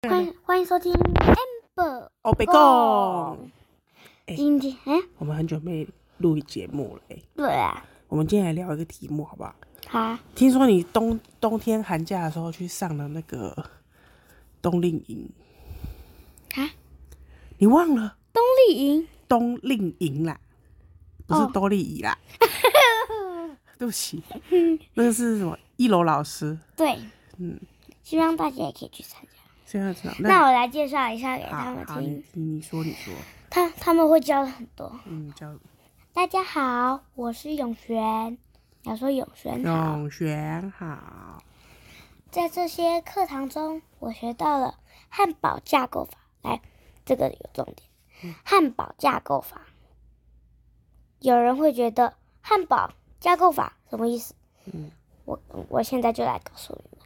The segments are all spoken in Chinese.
欢迎收听 Amber 欧北贡。 今天我们很久没录节目了对啊， 我们今天来聊一个题目好不好？ 好， 听说你冬天寒假的时候去上了那个冬令营啊？ 你忘了？ 冬令营？ 冬令营啦，不是多利仪啦。对不起，那个是什么？1楼老师。 对，希望大家也可以去参加。 现在知道。 那我来介绍一下给他们好， 听。 你说。 他们会教很多。 教。 大家好，我是永璇。要说永璇好。 永璇好。 在这些课堂中，我学到了汉堡架构法。来，这个有重点。汉堡架构法。有人会觉得汉堡架构法什么意思？我现在就来告诉你们。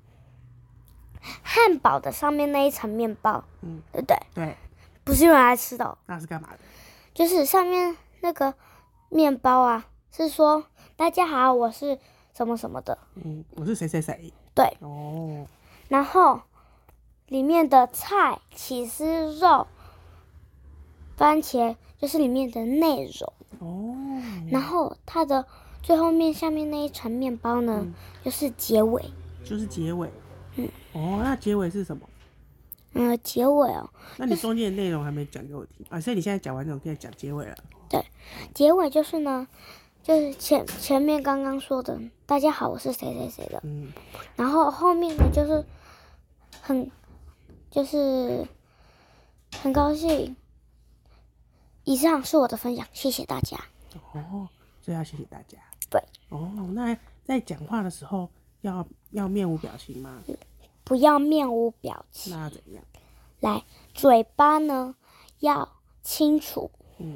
汉堡的上面那一层面包，对不对？ 对。 不是用来吃的哦。 那是干嘛的？ 就是上面那个面包啊，是说大家好，我是什么什么的。 我是谁谁谁。 对。 哦。 然后里面的菜、起司、肉、番茄就是里面的内容。 哦。 然后它的最后面下面那一层面包呢，就是结尾。 就是结尾。那结尾是什么？ 结尾哦。 那你中间的内容还没讲给我听啊？所以你现在讲完之后可以讲结尾了。 对，结尾就是呢，就是前面刚刚说的，大家好，我是谁谁谁的。然后后面呢就是很高兴。以上是我的分享，谢谢大家。 所以要谢谢大家。 对。 那在讲话的时候要面无表情吗？ 不要面无表情。 那怎样？ 来，嘴巴呢要清楚。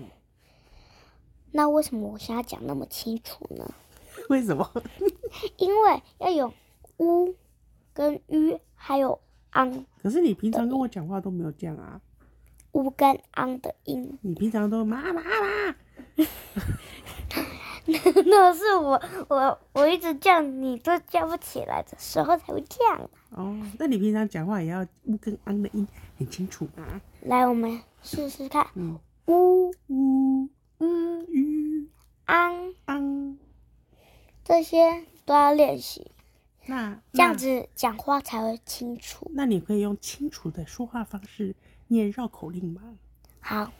那为什么我现在讲那么清楚呢？ 为什么？ 因为要有乌跟吁还有昂。 可是你平常跟我讲话都没有这样啊。 乌跟昂的音。 你平常都妈。 那是我一直叫你都叫不起来的时候才会这样。 那你平常讲话也要乌跟昂的音很清楚啊。 来，我们试试看。乌吁昂，这些都要练习。这样子讲话才会清楚。 那你可以用清楚的说话方式念绕口令吗？ 好。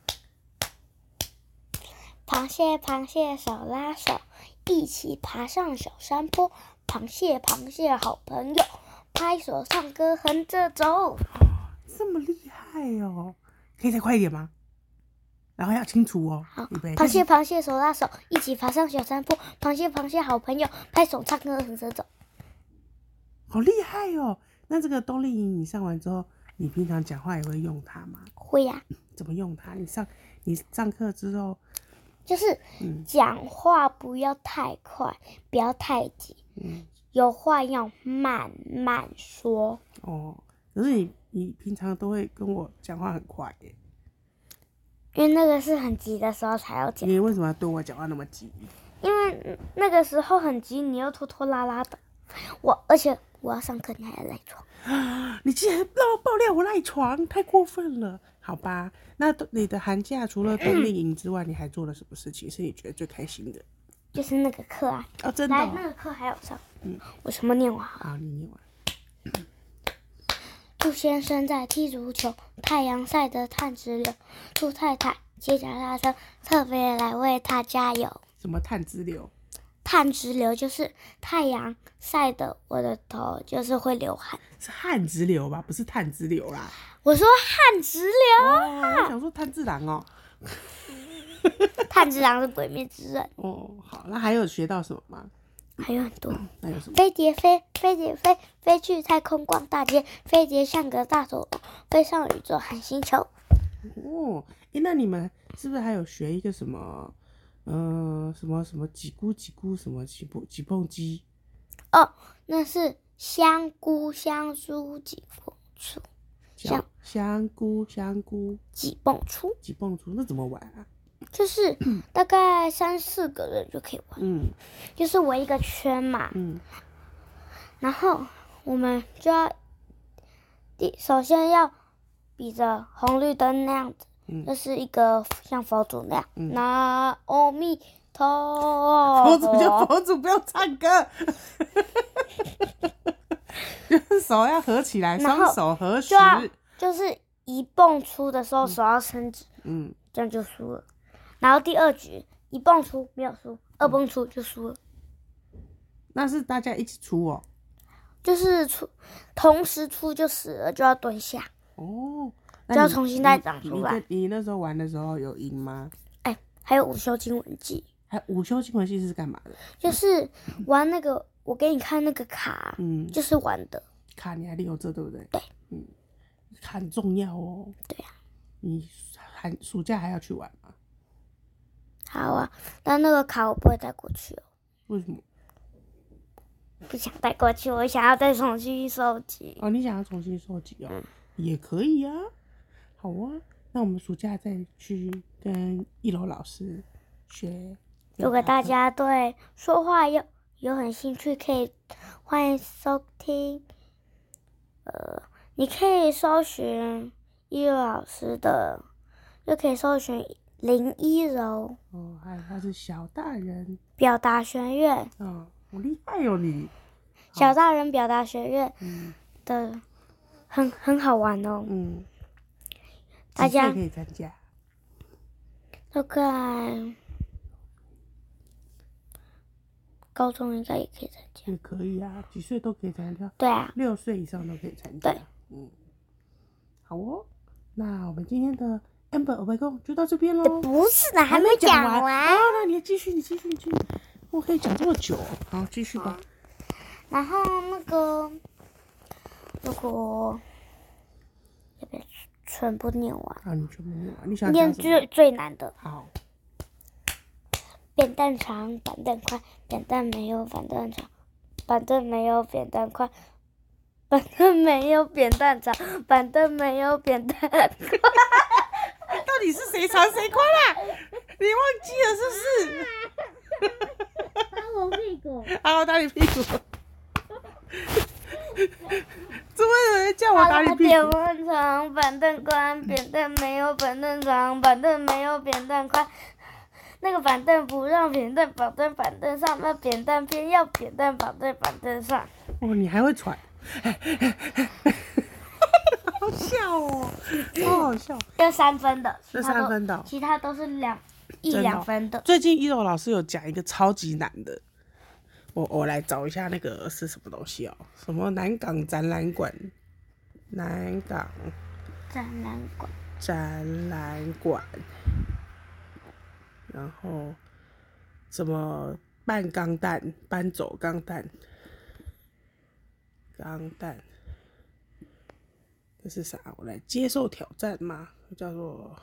螃蟹螃蟹手拉手，一起爬上小山坡。螃蟹螃蟹好朋友，拍手唱歌横着走。 这么厉害哦！可以再快一点吗？然后要清楚哦。 好。螃蟹螃蟹手拉手，一起爬上小山坡。螃蟹螃蟹好朋友，拍手唱歌横着走。 好厉害哦！那这个冬令营你上完之后，你平常讲话也会用它吗？ 会呀。 怎么用它？你上课之后， 就是讲话不要太快，不要太急。有话要慢慢说。 可是你平常都会跟我讲话很快耶。 因为那个是很急的时候才要讲。 你为什么要对我讲话那么急？ 因为那个时候很急，你又拖拖拉拉的。而且我要上课，你还要赖床。 你竟然让我爆料我赖床，太过分了。好吧，那你的寒假除了冬令营之外，你还做了什么事情是你觉得最开心的？ 就是那个课啊。 真的。 来，那个课还有上。我什么念完？ 好，你念完。 兔先生在踢足球，太阳晒得炭直流。兔太太骑脚踏车，特别来为他加油。 什么炭直流？ 炭直流就是太阳晒的我的头就是会流汗。 是汗直流吧，不是炭直流啦。 我说汗直流我想说炭治郎哦。 炭治郎是鬼灭之刃。 好，那还有学到什么吗？ 还有很多。 那有什么？ 飞碟飞，飞碟飞，飞去太空逛大街。飞碟像个大手龙，飞上宇宙和星球。 那你们是不是还有学一个什么什么几咕什么几蹦鸡？ 那是香菇香猪几蹦出。 香菇几蹦出。 那怎么玩啊？ 就是大概3、4个人就可以玩。就是围一个圈嘛。然后我们就要首先要比着红绿灯那样子，就是一个像佛祖那样，拿阿弥陀佛祖就佛祖，不用唱歌。就是手要合起来，双手合十。 就是一蹦出的时候手要伸直，这样就输了。然后第二局一蹦出没有输，二蹦出就输了。 那是大家一起出哦？ 就是同时出就死了，就要蹲下。 哦， 就要重新再长出来。 你那时候玩的时候有赢吗？ 还有午休经文记。 午休经文记是干嘛的？ 就是玩那个，我给你看那个卡，就是玩的。 卡你还留着对不对？ 对， 卡很重要哦。 对啊。 你暑假还要去玩吗？ 好啊，但那个卡我不会带过去哦。 为什么？ 不想带过去，我想要再重新收集。 哦，你想要重新收集哦？也可以啊。好啊，那我们暑假再去跟1楼老师学。 如果大家对说话有很兴趣，可以欢迎收听。你可以搜寻1楼老师的，又可以搜寻01柔。 哦，还有他是小大人表达学院。 好厉害哦你！ 小大人表达学院的很好玩哦。大家可以参加。 大概高中应该也可以参加。 也可以啊，几岁都可以参加。 对啊 ，6岁以上都可以参加。 对， 好哦。那我们今天的 Amber 欧白共就到这边咯。 不是的，还没讲完。 那你继续。我可以讲这么久。好，继续吧。 然后那个，如果要不要全部念完？ 你全部念完。你想念最难的。 好。 扁担长，板凳宽，扁担没有板凳长，板凳没有扁担宽，板凳没有扁担长，板凳没有扁担宽。 到底是谁长谁宽啊？你忘记了是不是？ 打我屁股。 好，打你屁股。怎么有人叫我打你屁股？ 扁担长，板凳宽，扁担没有板凳长，板凳没有扁担宽。那个板凳不让扁担绑在板凳上，那扁担偏要扁担绑在板凳上。 你还会喘，好笑哦，好好笑。 这3分的， 这3分的， 其他都是1-2分的。 最近1楼老师有讲一个超级难的，我来找一下那个是什么东西哦，什么南港展览馆，南港展览馆。然后什么搬钢弹，搬走钢弹，这是啥？我来接受挑战吗？叫做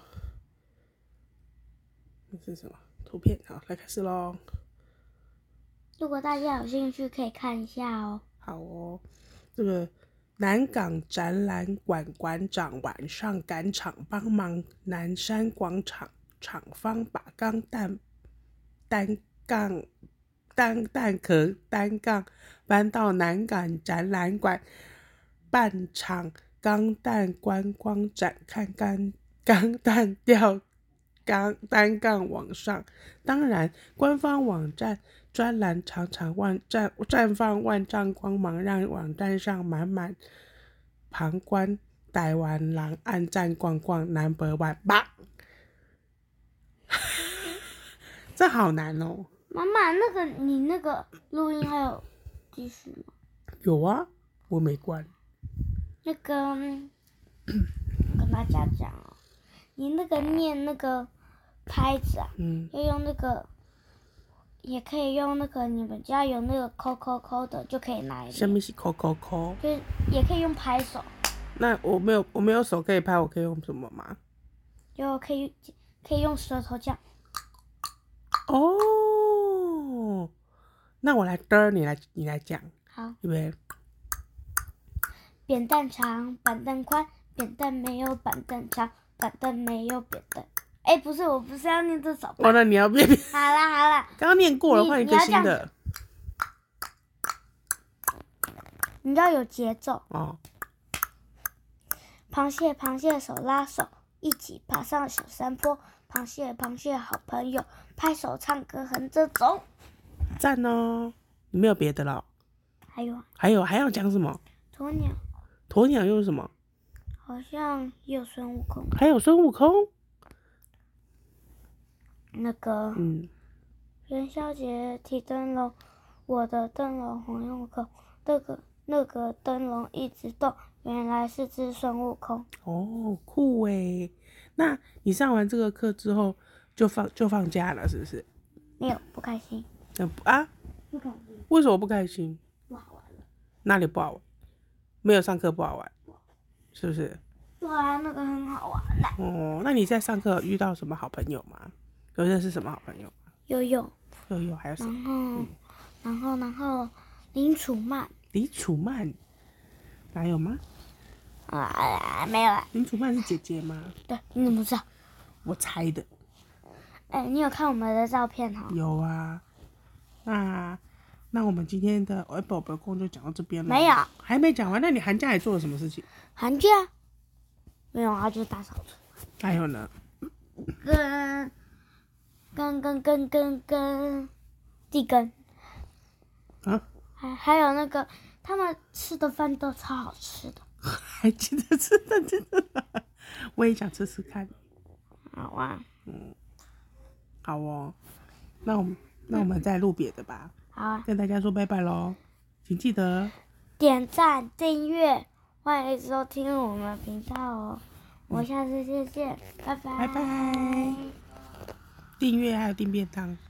这是什么图片？好，来开始咯。 如果大家有兴趣，可以看一下哦。 好哦，这个南港展览馆馆长晚上赶场帮忙南山广场厂方把单杠搬到南港展览馆办场钢弹观光展，看钢弹吊单杠往上。当然，官方网站专栏常常绽放万丈光芒，让网站上满旁观台湾人按赞逛逛 No.1吧。这好难哦！ 妈妈，你那个录音还有继续吗？ 有啊，我没关。 我跟大家讲哦，你那个念那个拍子啊，要用那个，也可以用那个你们家有那个扣扣扣的就可以拿一点。 什么是扣扣扣？ 就也可以用拍手。 那我没有手可以拍，我可以用什么吗？ 就可以用舌头这样。 哦，那我来嘚，你来讲。 好， 对不对？ 扁担长，板凳宽，扁担没有板凳长，板凳没有扁担。不是，我不是要念这首。 那你要变。 好啦， 刚刚念过了，换一个新的。 你要有节奏。 哦。 螃蟹，螃蟹手拉手，一起爬上小山坡。螃蟹，螃蟹好朋友，拍手唱歌横着走。 赞哦！你没有别的了？ 还有还要讲什么？ 鸵鸟， 鸵鸟又是什么？ 好像也有孙悟空。 还有孙悟空。 那个，元宵节提灯笼，我的灯笼红又空，那个灯笼一直动，原来是只孙悟空。 哦，酷诶！那你上完这个课之后就放假了，是不是？ 没有，不开心。 不开心。为什么不开心？ 不好玩了。 哪里不好玩？没有上课不好玩，是不是？ 对啊，那个很好玩的。 哦，那你在上课遇到什么好朋友吗？有认识什么好朋友吗？ 有， 还有谁？ 然后林楚曼。 李楚曼，还有吗？ 没有了。 林楚曼是姐姐吗？ 对，你怎么知道？ 我猜的。 你有看我们的照片哈？ 有啊。那我们今天的宝贝空就讲到这边了。 没有， 还没讲完。那你寒假还做了什么事情？ 寒假没有啊，就打扫除。 还有呢？ 跟地根。 啊？ 还有那个他们吃的饭都超好吃的。 还记得吃的真的？我也想吃吃看。 好啊。 好哦。那我们再录别的吧。 好啊。 跟大家说拜拜咯，请记得点赞、订阅，欢迎收听我们频道哦。我们下次再见，拜拜。 拜拜。订阅还有订便当。